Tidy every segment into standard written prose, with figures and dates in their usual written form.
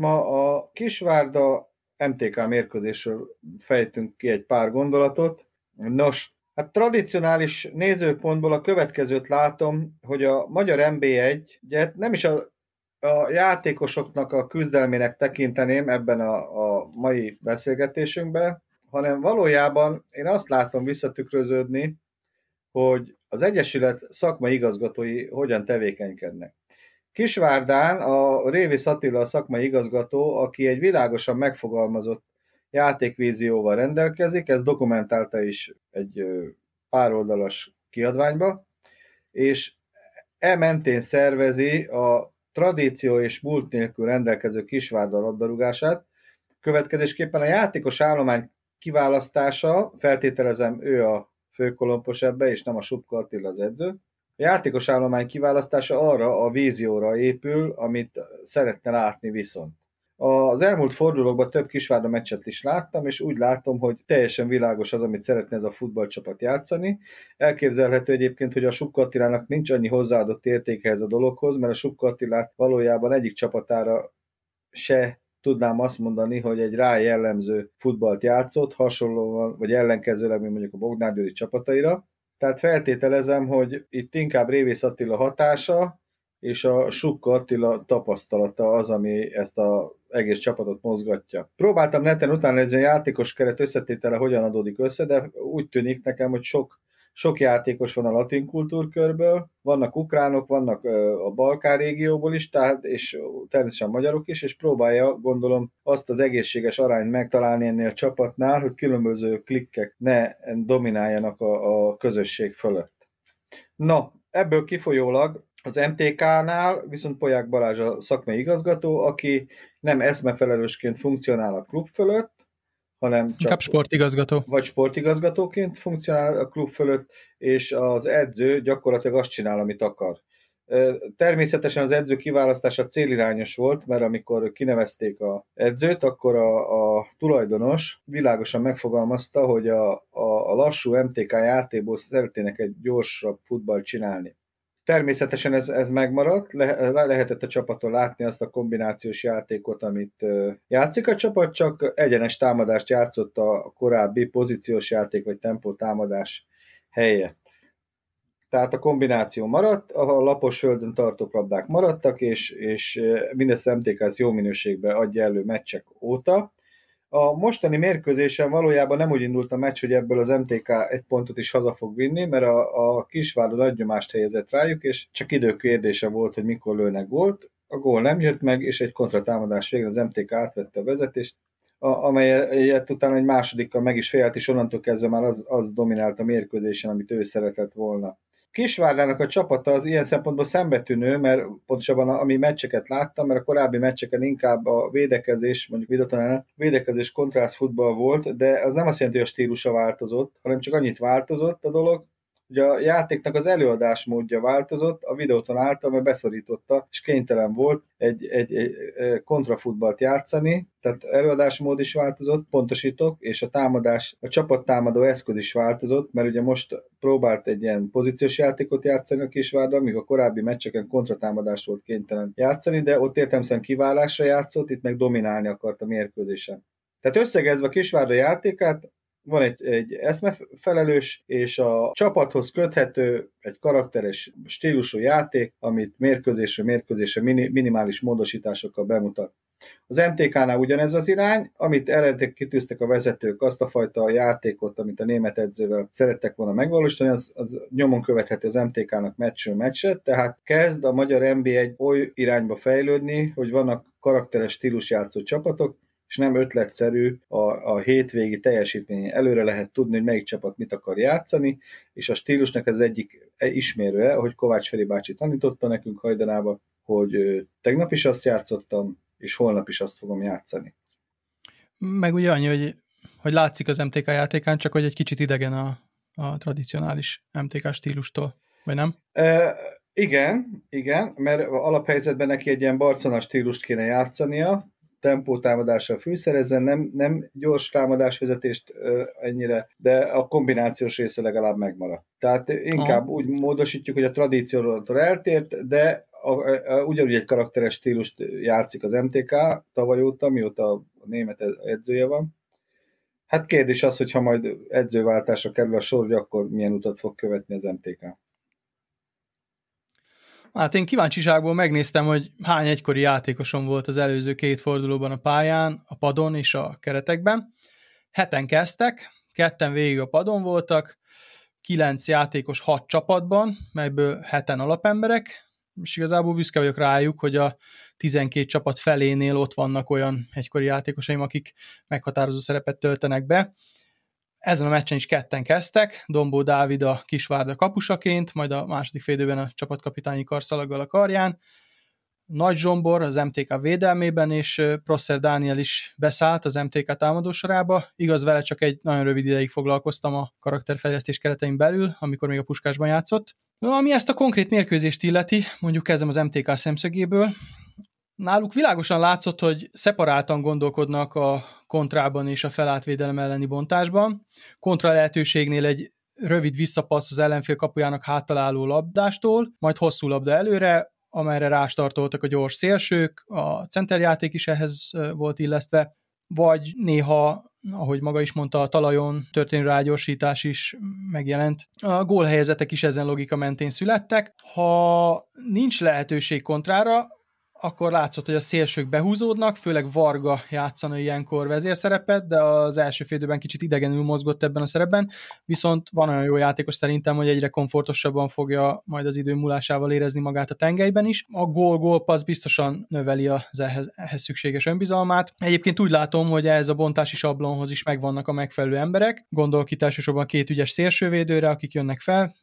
Ma a Kisvárda MTK mérkőzésről fejtünk ki egy pár gondolatot. Nos, hát tradicionális nézőpontból a következőt látom, hogy a magyar NB1, ugye nem is a játékosoknak a küzdelmének tekinteném ebben a mai beszélgetésünkben, hanem valójában én azt látom visszatükröződni, hogy az Egyesület szakmai igazgatói hogyan tevékenykednek. Kisvárdán a Révész Attila a szakmai igazgató, aki egy világosan megfogalmazott játékvízióval rendelkezik, ez dokumentálta is egy pároldalas kiadványba, és mentén szervezi a tradíció és múlt nélkül rendelkező Kisvárda labdarúgását. Következésképpen a játékos állomány kiválasztása, feltételezem ő a főkolompos ebbe, és nem a Subka Attila az edző. A játékos állomány kiválasztása arra a vízióra épül, amit szeretne látni viszont. Az elmúlt fordulókban több Kisvárda meccset is láttam, és úgy látom, hogy teljesen világos az, amit szeretne ez a futballcsapat játszani. Elképzelhető egyébként, hogy a Subka Attilának nincs annyi hozzáadott értéke ez a dologhoz, mert a Subka Attilát valójában egyik csapatára se tudnám azt mondani, hogy egy rá jellemző futballt játszott, hasonlóan, vagy ellenkezőleg, mint mondjuk a Bognár Győri csapataira. Tehát feltételezem, hogy itt inkább Révész Attila hatása és a Subka Attila tapasztalata az, ami ezt az egész csapatot mozgatja. Próbáltam neten utána nézni, a játékos keret összetétele hogyan adódik össze, de úgy tűnik nekem, hogy sok játékos van a latin kultúrkörből, vannak ukránok, vannak a Balkán régióból is, tehát, és természetesen magyarok is, és próbálja, gondolom, azt az egészséges arányt megtalálni ennél a csapatnál, hogy különböző klikkek ne domináljanak a közösség fölött. Na, ebből kifolyólag az MTK-nál viszont Polyák Balázs a szakmai igazgató, aki nem eszmefelelősként funkcionál a klub fölött, hanem csak sportigazgató. Vagy sportigazgatóként funkcionál a klub fölött, és az edző gyakorlatilag azt csinál, amit akar. Természetesen az edző kiválasztása célirányos volt, mert amikor kinevezték az edzőt, akkor a tulajdonos világosan megfogalmazta, hogy a lassú MTK játékból szeretnének egy gyorsabb futballt csinálni. Természetesen ez megmaradt, lehetett a csapaton látni azt a kombinációs játékot, amit játszik a csapat, csak egyenes támadást játszott a korábbi pozíciós játék vagy tempó támadás helyett. Tehát a kombináció maradt, a lapos földön tartó labdák maradtak, és mindezt MTK jó minőségben adja elő meccsek óta. A mostani mérkőzésen valójában nem úgy indult a meccs, hogy ebből az MTK egy pontot is haza fog vinni, mert a Kisvárda nagy nyomást helyezett rájuk, és csak idő kérdése volt, hogy mikor lőnek gólt. A gól nem jött meg, és egy kontratámadás végén az MTK átvette a vezetést, amelyet utána egy másodikkal meg is fejelt, és onnantól kezdve már az dominált a mérkőzésen, amit ő szeretett volna. Kisvárdának a csapata az ilyen szempontból szembetűnő, mert pontosabban ami meccseket láttam, mert a korábbi meccseken inkább a védekezés, mondjuk Videotonál védekezés kontrász futball volt, de az nem azt jelenti, hogy a stílusa változott, hanem csak annyit változott a dolog, hogy a játéknak az előadás módja változott, a Videoton által, mert beszorította, és kénytelen volt egy kontrafutballt játszani, tehát előadásmód is változott, pontosítok, és a csapattámadó eszköz is változott, mert ugye most próbált egy ilyen pozíciós játékot játszani a Kisvárda, míg a korábbi meccseken kontratámadás volt kénytelen játszani, de ott értelemszerűen kiválásra játszott, itt meg dominálni akart a mérkőzésen. Tehát összegezve a Kisvárda játékát, van egy eszmefelelős, és a csapathoz köthető egy karakteres stílusú játék, amit mérkőzésre minimális módosításokkal bemutat. Az MTK-nál ugyanez az irány, amit eredetileg kitűztek a vezetők, azt a fajta játékot, amit a német edzővel szerettek volna megvalósítani, az nyomon követheti az MTK-nak meccsről meccset, tehát kezd a magyar NB1 oly irányba fejlődni, hogy vannak karakteres stílusjátszó csapatok, és nem ötletszerű a hétvégi teljesítmény. Előre lehet tudni, hogy melyik csapat mit akar játszani, és a stílusnak az egyik ismérője, ahogy Kovács Feri bácsi tanította nekünk hajdanában, hogy tegnap is azt játszottam, és holnap is azt fogom játszani. Meg ugye annyi, hogy látszik az MTK játékán, csak hogy egy kicsit idegen a tradicionális MTK stílustól, vagy nem? Igen, mert alaphelyzetben neki egy ilyen Barcelona stílust kéne játszania, tempótámadással fűszerezzen, nem gyors támadásvezetést ennyire, de a kombinációs része legalább megmarad. Tehát inkább úgy módosítjuk, hogy a tradíciótól eltért, de ugyanúgy egy karakteres stílust játszik az MTK tavaly óta, mióta a német edzője van. Hát kérdés az, hogy ha majd edzőváltásra kerül a sor, hogy akkor milyen utat fog követni az MTK. Hát én kíváncsiságból megnéztem, hogy hány egykori játékosom volt az előző 2 fordulóban a pályán, a padon és a keretekben. 7-en kezdtek, 2-en végig a padon voltak, 9 játékos 6 csapatban, melyből 7-en alapemberek, és igazából büszke vagyok rájuk, hogy a 12 csapat felénél ott vannak olyan egykori játékosaim, akik meghatározó szerepet töltenek be. Ezen a meccsen is 2-en kezdtek, Dombó Dávid a Kisvárda kapusaként, majd a második félidőben a csapatkapitányi karszalaggal a karján. Nagy Zsombor az MTK védelmében, és Prosser Dániel is beszállt az MTK támadósorába. Igaz, vele csak egy nagyon rövid ideig foglalkoztam a karakterfejlesztés keretein belül, amikor még a Puskásban játszott. Ami ezt a konkrét mérkőzést illeti, mondjuk kezdem az MTK szemszögéből, náluk világosan látszott, hogy szeparáltan gondolkodnak a kontrában és a felátvédelem elleni bontásban. Kontra lehetőségnél egy rövid visszapassz az ellenfél kapujának háttaláló labdástól, majd hosszú labda előre, amelyre rástartoltak a gyors szélsők, a centerjáték is ehhez volt illesztve, vagy néha, ahogy maga is mondta, a talajon történő rágyorsítás is megjelent. A gólhelyezetek is ezen logika mentén születtek. Ha nincs lehetőség kontrára, akkor látszott, hogy a szélsők behúzódnak, főleg Varga játszana ilyenkor vezérszerepet, de az első félidőben kicsit idegenül mozgott ebben a szerepben, viszont van olyan jó játékos szerintem, hogy egyre komfortosabban fogja majd az idő múlásával érezni magát a tengelyben is. A gól-gólpassz biztosan növeli az ehhez szükséges önbizalmát. Egyébként úgy látom, hogy ez a bontási sablonhoz is megvannak a megfelelő emberek. Gondolok itt elsősorban 2 ügyes szélsővédőre, akik jönnek fel.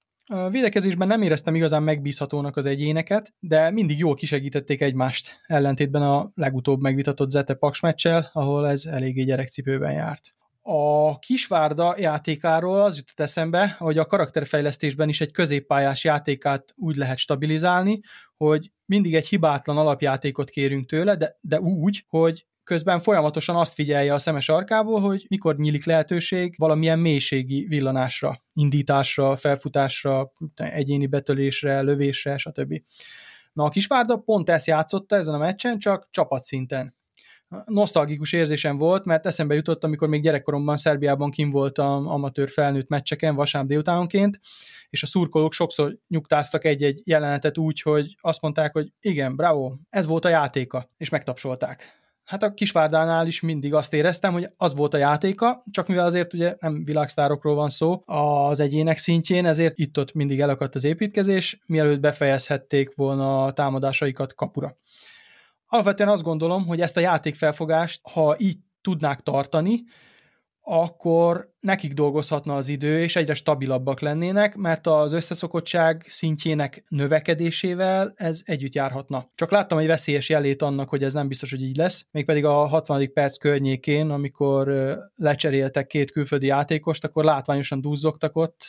A védekezésben nem éreztem igazán megbízhatónak az egyéneket, de mindig jól kisegítették egymást, ellentétben a legutóbb megvitatott Zete Paks meccsel, ahol ez eléggé gyerekcipőben járt. A Kisvárda játékáról az jutott eszembe, hogy a karakterfejlesztésben is egy középpályás játékát úgy lehet stabilizálni, hogy mindig egy hibátlan alapjátékot kérünk tőle, de úgy, hogy közben folyamatosan azt figyelje a szeme sarkából, hogy mikor nyílik lehetőség valamilyen mélységi villanásra, indításra, felfutásra, egyéni betölésre, lövésre, stb. Na, a Kisvárda pont ezt játszotta ezen a meccsen, csak csapatszinten. Nosztalgikus érzésem volt, mert eszembe jutott, amikor még gyerekkoromban Szerbiában kim voltam amatőr felnőtt meccseken vasárnap délutánonként, és a szurkolók sokszor nyugtáztak egy-egy jelenetet úgy, hogy azt mondták, hogy igen, bravo, ez volt a játéka, és megtapsolták. Hát a Kisvárdánál is mindig azt éreztem, hogy az volt a játéka, csak mivel azért ugye nem világsztárokról van szó az egyének szintjén, ezért itt-ott mindig elakadt az építkezés, mielőtt befejezhették volna a támadásaikat kapura. Alapvetően azt gondolom, hogy ezt a játékfelfogást, ha így tudnák tartani, akkor nekik dolgozhatna az idő, és egyre stabilabbak lennének, mert az összeszokottság szintjének növekedésével ez együtt járhatna. Csak láttam egy veszélyes jelét annak, hogy ez nem biztos, hogy így lesz, mégpedig a 60. perc környékén, amikor lecseréltek 2 külföldi játékost, akkor látványosan duzzogtak ott,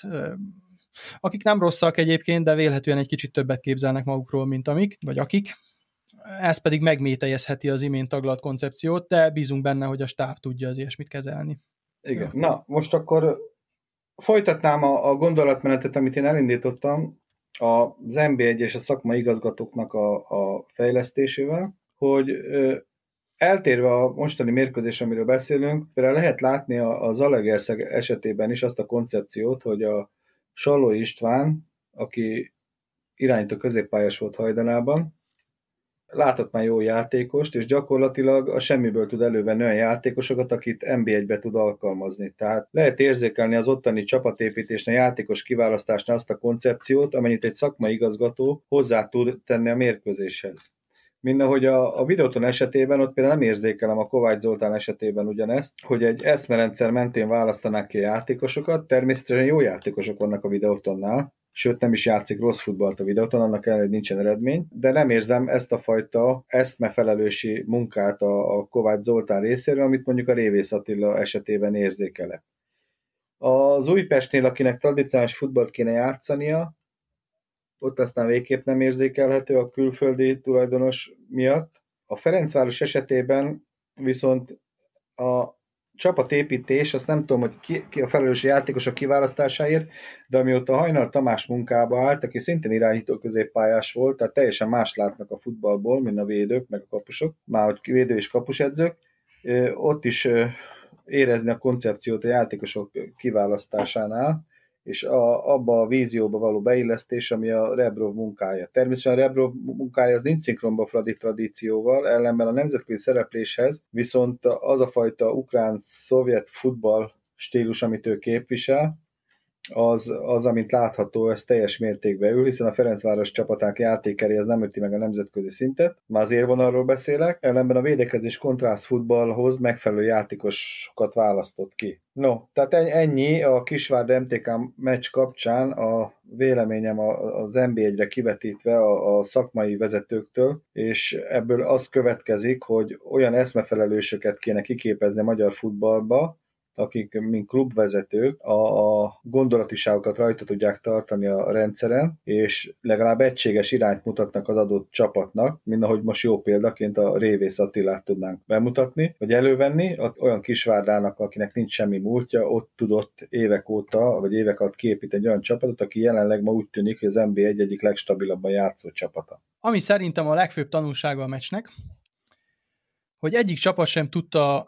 akik nem rosszak egyébként, de vélhetően egy kicsit többet képzelnek magukról, mint akik. Ez pedig megmételjezheti az imént taglalt koncepciót, de bízunk benne, hogy a stáb tudja az ilyesmit kezelni. Igen. Na, most akkor folytatnám a gondolatmenetet, amit én elindítottam az NB1 és a szakmai igazgatóknak a fejlesztésével, hogy eltérve a mostani mérkőzés, amiről beszélünk, például lehet látni a Zalaegerszeg esetében is azt a koncepciót, hogy a Sallói István, aki irányító középpályás volt hajdanában, látott már jó játékost, és gyakorlatilag a semmiből tud elővenni olyan játékosokat, akit NB1-be tud alkalmazni. Tehát lehet érzékelni az ottani csapatépítésnél, játékos kiválasztásnál azt a koncepciót, amennyit egy szakmai igazgató hozzá tud tenni a mérkőzéshez. Mindahogy a Videoton esetében, ott például nem érzékelem a Kovács Zoltán esetében ugyanezt, hogy egy eszmerendszer mentén választanák ki a játékosokat, természetesen jó játékosok vannak a Videotonnál, sőt nem is játszik rossz futballt a Videóton, annak ellenére, hogy nincsen eredmény, de nem érzem ezt a fajta eszmefelelősi munkát a Kovács Zoltán részéről, amit mondjuk a Révész Attila esetében érzékelek. Az Újpestnél, akinek tradicionális futballt kéne játszania, ott aztán végképp nem érzékelhető a külföldi tulajdonos miatt. A Ferencváros esetében viszont csapatépítés, azt nem tudom, hogy ki a felelős játékosok kiválasztásáért, de amióta Hajnal Tamás munkába állt, aki szintén irányító középpályás volt, tehát teljesen más látnak a futballból, mint a védők, meg a kapusok, már hogy védő és kapusedzők, ott is érezni a koncepciót a játékosok kiválasztásánál, és abba a vízióba való beillesztés, ami a Rebrov munkája. Természetesen a Rebrov munkája az nincs szinkronba Fradi tradícióval, ellenben a nemzetközi szerepléshez viszont az a fajta ukrán-szovjet futball stílus, amit ő képvisel, az, amit látható, ez teljes mértékben ül, hiszen a Ferencváros csapaták játékeré az nem üti meg a nemzetközi szintet, már az érvonalról beszélek, ellenben a védekezés kontrász futballhoz megfelelő játékosokat választott ki. No, tehát ennyi a Kisvárda MTK meccs kapcsán a véleményem az NB1-re kivetítve a szakmai vezetőktől, és ebből az következik, hogy olyan eszmefelelősöket kéne kiképezni a magyar futballba, akik, mint klubvezetők, a gondolatiságokat rajta tudják tartani a rendszeren, és legalább egységes irányt mutatnak az adott csapatnak, mint ahogy most jó példaként a Révész Attilát tudnánk bemutatni, vagy elővenni, olyan Kisvárdának, akinek nincs semmi múltja, ott tudott évek óta, vagy évek alatt kiépíteni egy olyan csapatot, aki jelenleg ma úgy tűnik, hogy az NB1 egyik legstabilabban játszó csapata. Ami szerintem a legfőbb tanulsága a meccsnek, hogy egyik csapat sem tudta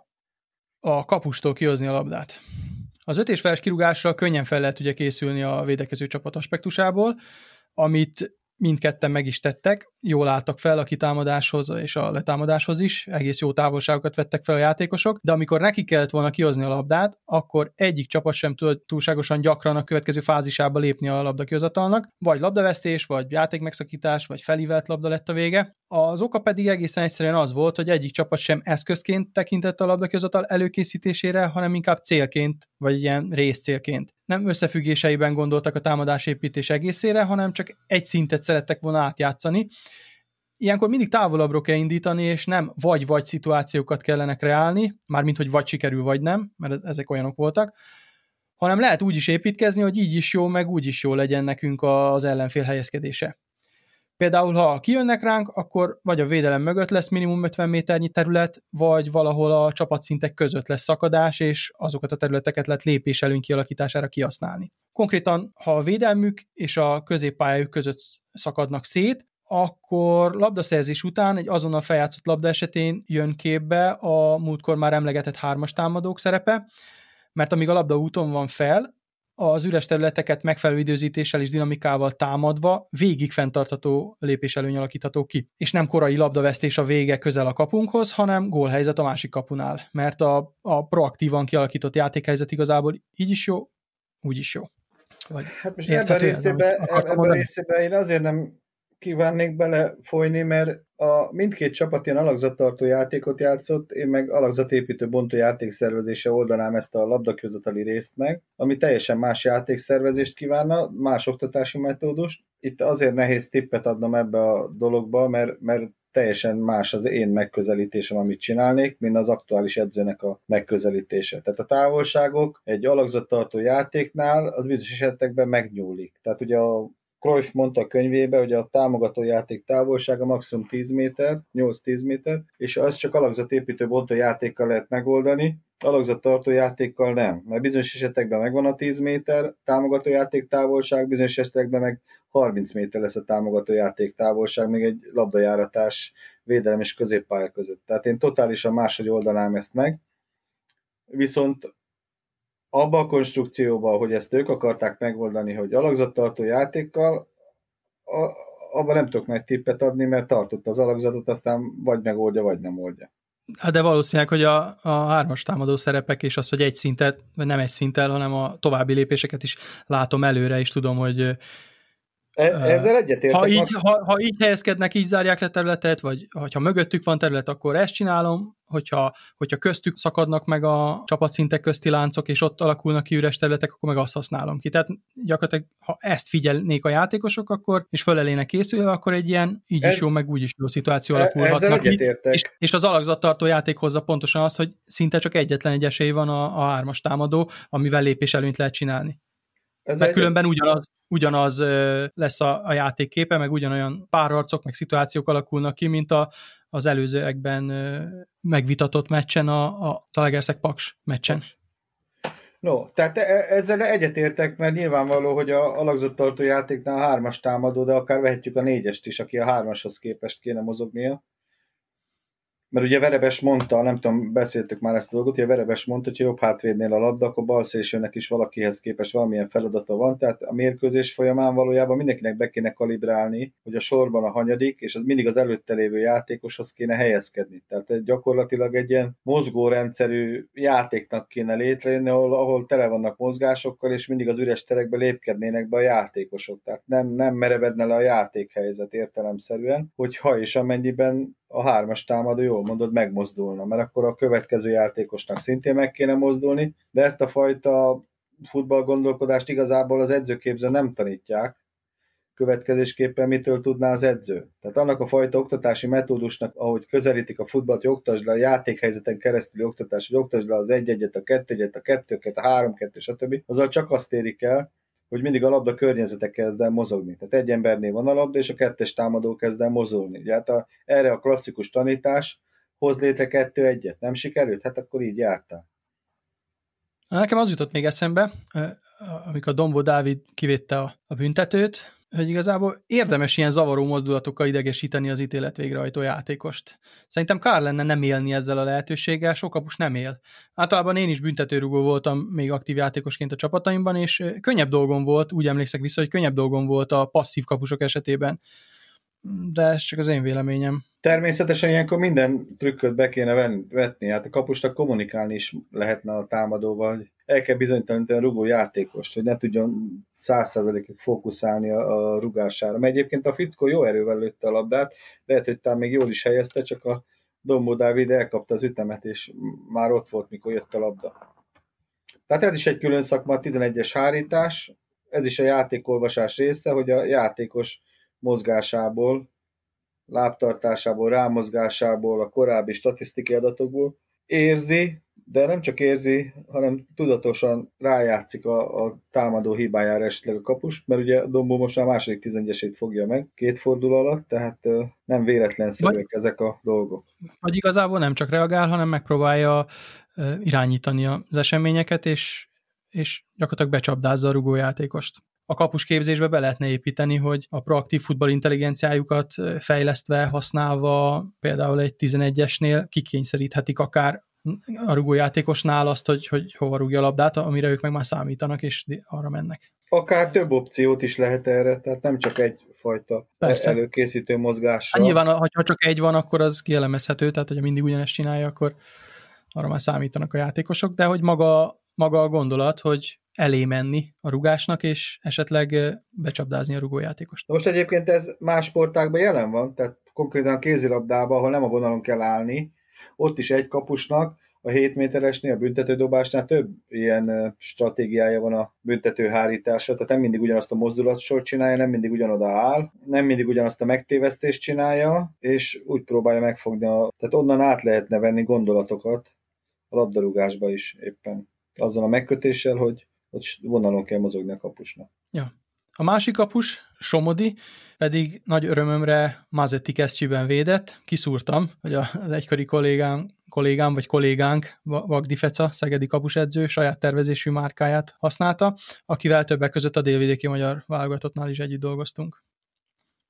a kapustól kihozni a labdát. Az 5 és feles kirúgással könnyen fel lehet ugye készülni a védekező csapat aspektusából, amit mindketten meg is tettek, jól álltak fel a kitámadáshoz és a letámadáshoz is, egész jó távolságokat vettek fel a játékosok, de amikor neki kellett volna kihozni a labdát, akkor egyik csapat sem tudott túlságosan gyakran a következő fázisába lépni a labdakihozatalnak, vagy labdavesztés, vagy játékmegszakítás, vagy felívelt labda lett a vége. Az oka pedig egészen egyszerűen az volt, hogy egyik csapat sem eszközként tekintett a labdakihozatal előkészítésére, hanem inkább célként, vagy ilyen részcélként. Nem összefüggéseiben gondoltak a támadásépítés egészére, hanem csak egy szintet szerettek volna átjátszani. Ilyenkor mindig távolabbról kell indítani, és nem vagy-vagy szituációkat kellene kreálni, mármint hogy vagy sikerül, vagy nem, mert ezek olyanok voltak, hanem lehet úgy is építkezni, hogy így is jó, meg úgy is jó legyen nekünk az ellenfél helyezkedése. Például, ha kijönnek ránk, akkor vagy a védelem mögött lesz minimum 50 méternyi terület, vagy valahol a csapatszintek között lesz szakadás, és azokat a területeket lehet lépéselőny kialakítására kihasználni. Konkrétan, ha a védelmük és a középpályájuk között szakadnak szét, akkor labdaszerzés után egy azonnal feljátszott labda esetén jön képbe a múltkor már emlegetett 3-as támadók szerepe, mert amíg a labda úton van fel, az üres területeket megfelelő időzítéssel és dinamikával támadva végig fenntartható lépéselőny alakítható ki. És nem korai labdavesztés a vége közel a kapunkhoz, hanem gólhelyzet a másik kapunál. Mert a proaktívan kialakított játékhelyzet igazából így is jó, úgy is jó. Vagy hát most ebben a részében én azért nem kívánnék belefolyni, mert mindkét csapat ilyen alakzattartó játékot játszott, én meg alakzatépítő bontó játékszervezése oldanám ezt a labdakihozatali részt meg, ami teljesen más játékszervezést kívánna, más oktatási metódust. Itt azért nehéz tippet adnom ebbe a dologba, mert teljesen más az én megközelítésem, amit csinálnék, mint az aktuális edzőnek a megközelítése. Tehát a távolságok egy alakzattartó játéknál az bizonyos esetekben megnyúlik. Tehát ugye a Cruyff mondta a könyvébe, hogy a támogató játék távolsága maximum 10 méter, 8-10 méter, és azt csak alakzatépítő bontó játékkal lehet megoldani, alakzattartó játékkal nem. Mert bizonyos esetekben megvan a 10 méter támogató játék távolság, bizonyos esetekben meg 30 méter lesz a támogató játék távolság, még egy labdajáratás védelem és középpálya között. Tehát én totálisan máshogy oldanám ezt meg. Viszont abba a konstrukcióban, hogy ezt ők akarták megoldani, hogy alakzattartó játékkal, abban nem tudok nagy tippet adni, mert tartott az alakzatot, aztán vagy megoldja, vagy nem oldja. De valószínűleg, hogy a 3-as támadó szerepek, és az, hogy egy szintet, vagy nem egy szinttel, hanem a további lépéseket is látom előre, és tudom, hogy ezzel egyetértek. Ha így helyezkednek, így zárják le területet, vagy ha mögöttük van terület, akkor ezt csinálom, hogyha köztük szakadnak meg a csapatszintek közti láncok, és ott alakulnak ki üres területek, akkor meg azt használom ki. Tehát gyakorlatilag, ha ezt figyelnék a játékosok, akkor, és fölelének készülve, akkor egy ilyen így is jó, meg úgy is jó szituáció alakulhatnak ki. És az alakzattartó játék hozza pontosan azt, hogy szinte csak egyetlen egy esély van a 3-as támadó, amivel lépéselőnyt lehet csinálni. Mert különben ugyanaz lesz a játékképe, meg ugyanolyan párharcok, meg szituációk alakulnak ki, mint az előzőekben megvitatott meccsen, a Zalaegerszeg-Paks meccsen. No, tehát ezzel egyetértek, mert nyilvánvaló, hogy a alakzattartó játéknál a 3-as támadó, de akár vehetjük a 4-est is, aki a 3-ashoz képest kéne mozognia. Mert ugye Verebes mondta, nem tudom, beszéltük már ezt a dolgot, hogy Verebes mondta, hogy jobb hátvédnél a labda, akkor balszélsőnek is valakihez képest valamilyen feladata van, tehát a mérkőzés folyamán valójában mindenkinek be kéne kalibrálni, hogy a sorban a hanyadik, és az mindig az előtte lévő játékoshoz kéne helyezkedni. Tehát gyakorlatilag egy ilyen mozgórendszerű játéknak kéne létrejönni, ahol tele vannak mozgásokkal, és mindig az üres terekbe lépkednének be a játékosok. Tehát nem merevedne le a játékhelyzet értelemszerűen, hogy ha és amennyiben a 3-as támadó, jól mondod, megmozdulna, mert akkor a következő játékosnak szintén meg kéne mozdulni, de ezt a fajta futballgondolkodást igazából az edzőképző nem tanítják. Következésképpen mitől tudná az edző? Tehát annak a fajta oktatási metódusnak, ahogy közelítik a futballt, hogy oktasd le a játékhelyzeten keresztüli oktatás, hogy oktasd le az 1-1-et, a 2-1-et, a 2-2, a 3-2, stb. Azzal csak azt érik el, hogy mindig a labda környezete kezd el mozogni. Tehát egy embernél van a labda, és a 2-es támadó kezd el mozogni. Ugye, hát erre a klasszikus tanítás, hoz létre 2-1-et. Nem sikerült? Hát akkor így jártál. Nekem az jutott még eszembe, amikor Dombó Dávid kivédte a büntetőt, hogy igazából érdemes ilyen zavaró mozdulatokkal idegesíteni az ítélet végrehajtó játékost. Szerintem kár lenne nem élni ezzel a lehetőséggel, sok kapus nem él. Általában én is büntetőrugó voltam még aktív játékosként a csapataimban, és könnyebb dolgom volt, úgy emlékszek vissza, hogy könnyebb dolgom volt a passzív kapusok esetében. De ez csak az én véleményem. Természetesen ilyenkor minden trükköt be kéne vetni, hát a kapusnak kommunikálni is lehetne a támadóval, hogy el kell bizonytalanítani a rugó játékost, hogy ne tudjon 100%-ig fókuszálni a rugására. Mert egyébként a fickó jó erővel lőtte a labdát, lehet, hogy talán még jól is helyezte, csak a Dombó Dávid elkapta az ütemet, és már ott volt, mikor jött a labda. Tehát ez is egy külön szakma, a 11-es hárítás, ez is a játékolvasás része, hogy a játékos mozgásából, lábtartásából, rámozgásából, a korábbi statisztikai adatokból érzi, de nem csak érzi, hanem tudatosan rájátszik a támadó hibájára esetleg a kapust, mert ugye Dombó most már a második 11-esét fogja meg 2 forduló alatt, tehát nem véletlenszerűek ezek a dolgok. Vagy igazából nem csak reagál, hanem megpróbálja irányítani az eseményeket, és gyakorlatilag becsapdázza a rugójátékost. A kapusképzésbe be lehetne építeni, hogy a proaktív futballintelligenciájukat fejlesztve, használva például egy 11-esnél kikényszeríthetik akár a rugójátékosnál azt, hogy hova rúgja a labdát, amire ők meg már számítanak, és arra mennek. Akár több opciót is lehet erre, tehát nem csak egyfajta előkészítő mozgásra. Hát nyilván, ha csak egy van, akkor az kielemezhető, tehát hogyha mindig ugyanezt csinálja, akkor arra már számítanak a játékosok, de hogy maga a gondolat, hogy elé menni a rugásnak, és esetleg becsapdázni a rugójátékost. Most egyébként ez más sportágban jelen van, tehát konkrétan a kézilabdában, ahol nem a vonalon kell állni, ott is egy kapusnak, a 7 méteresnél, a büntetődobásnál több ilyen stratégiája van a büntetőhárításra, tehát nem mindig ugyanazt a mozdulatsort csinálja, nem mindig ugyanoda áll, nem mindig ugyanazt a megtévesztést csinálja, és úgy próbálja megfogni, tehát onnan át lehetne venni gondolatokat a labdarúgásba is éppen. Azzal a megkötéssel, hogy ott vonalon kell mozogni a kapusnak. Ja. A másik kapus, Somodi, pedig nagy örömömre Mazetti kesztyűben védett. Kiszúrtam, hogy az egykori kollégám vagy kollégánk, Vagdi Feca, szegedi kapusedző, saját tervezésű márkáját használta, akivel többek között a délvidéki magyar válogatottnál is együtt dolgoztunk.